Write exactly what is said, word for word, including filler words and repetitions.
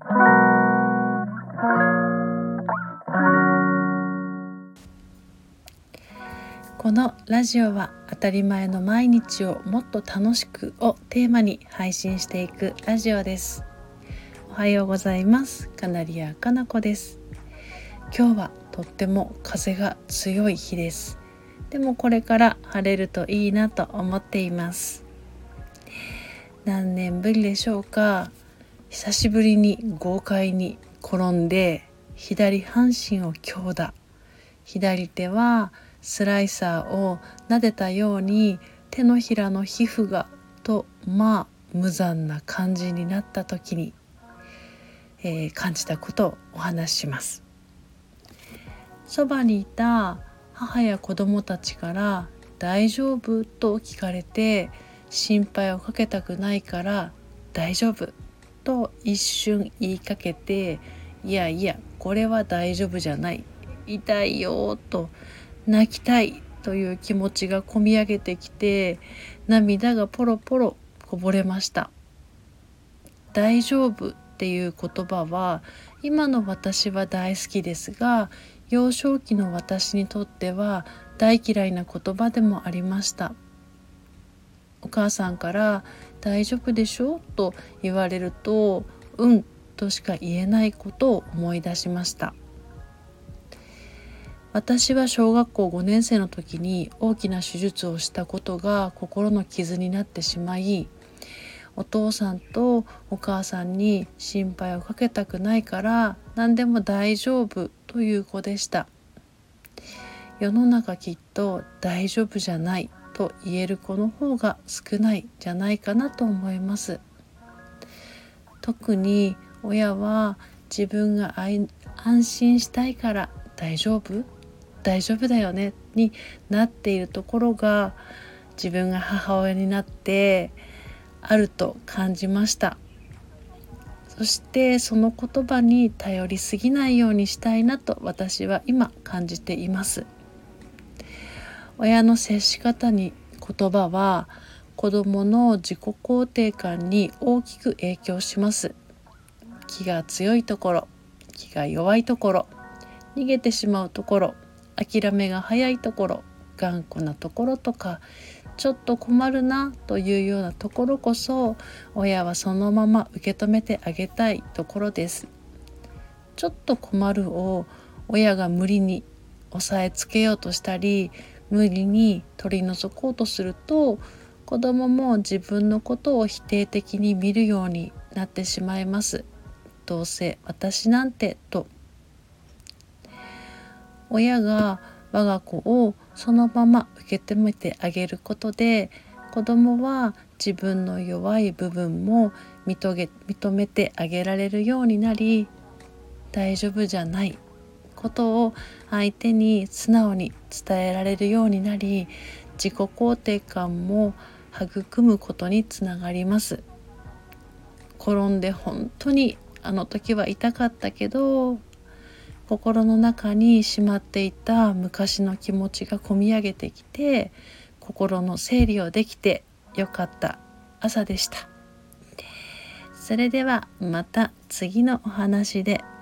このラジオは当たり前の毎日をもっと楽しくをテーマに配信していくラジオです。おはようございます。カナリアかなこです。今日はとっても風が強い日です。でもこれから晴れるといいなと思っています。何年ぶりでしょうか。久しぶりに豪快に転んで左半身を強打、左手はスライサーを撫でたように手のひらの皮膚がとまあ無残な感じになった時に、えー、感じたことをお話しします。そばにいた母や子供たちから大丈夫と聞かれて、心配をかけたくないから大丈夫と一瞬言いかけて、いやいやこれは大丈夫じゃない、痛いよと泣きたいという気持ちがこみ上げてきて、涙がポロポロこぼれました。大丈夫っていう言葉は今の私は大好きですが、幼少期の私にとっては大嫌いな言葉でもありました。お母さんから大丈夫でしょと言われると、うんとしか言えないことを思い出しました。私は小学校ごねん生の時に大きな手術をしたことが心の傷になってしまい、お父さんとお母さんに心配をかけたくないから何でも大丈夫という子でした。世の中きっと大丈夫じゃないと言える子の方が少ないんじゃないかなと思います。特に親は自分が安心したいから大丈夫大丈夫だよねになっているところが、自分が母親になってあると感じました。そしてその言葉に頼りすぎないようにしたいなと私は今感じています。親の接し方に言葉は子どもの自己肯定感に大きく影響します。気が強いところ、気が弱いところ、逃げてしまうところ、諦めが早いところ、頑固なところとか、ちょっと困るなというようなところこそ、親はそのまま受け止めてあげたいところです。ちょっと困るを親が無理に抑えつけようとしたり、無理に取り除こうとすると、子供も自分のことを否定的に見るようになってしまいます。どうせ私なんてと。親が我が子をそのまま受け止めてあげることで、子供は自分の弱い部分も認げ、認めてあげられるようになり、大丈夫じゃないことを相手に素直に伝えられるようになり、自己肯定感も育むことにつながります。転んで本当にあの時は痛かったけど、心の中にしまっていた昔の気持ちがこみ上げてきて、心の整理をできてよかった朝でした。それではまた次のお話で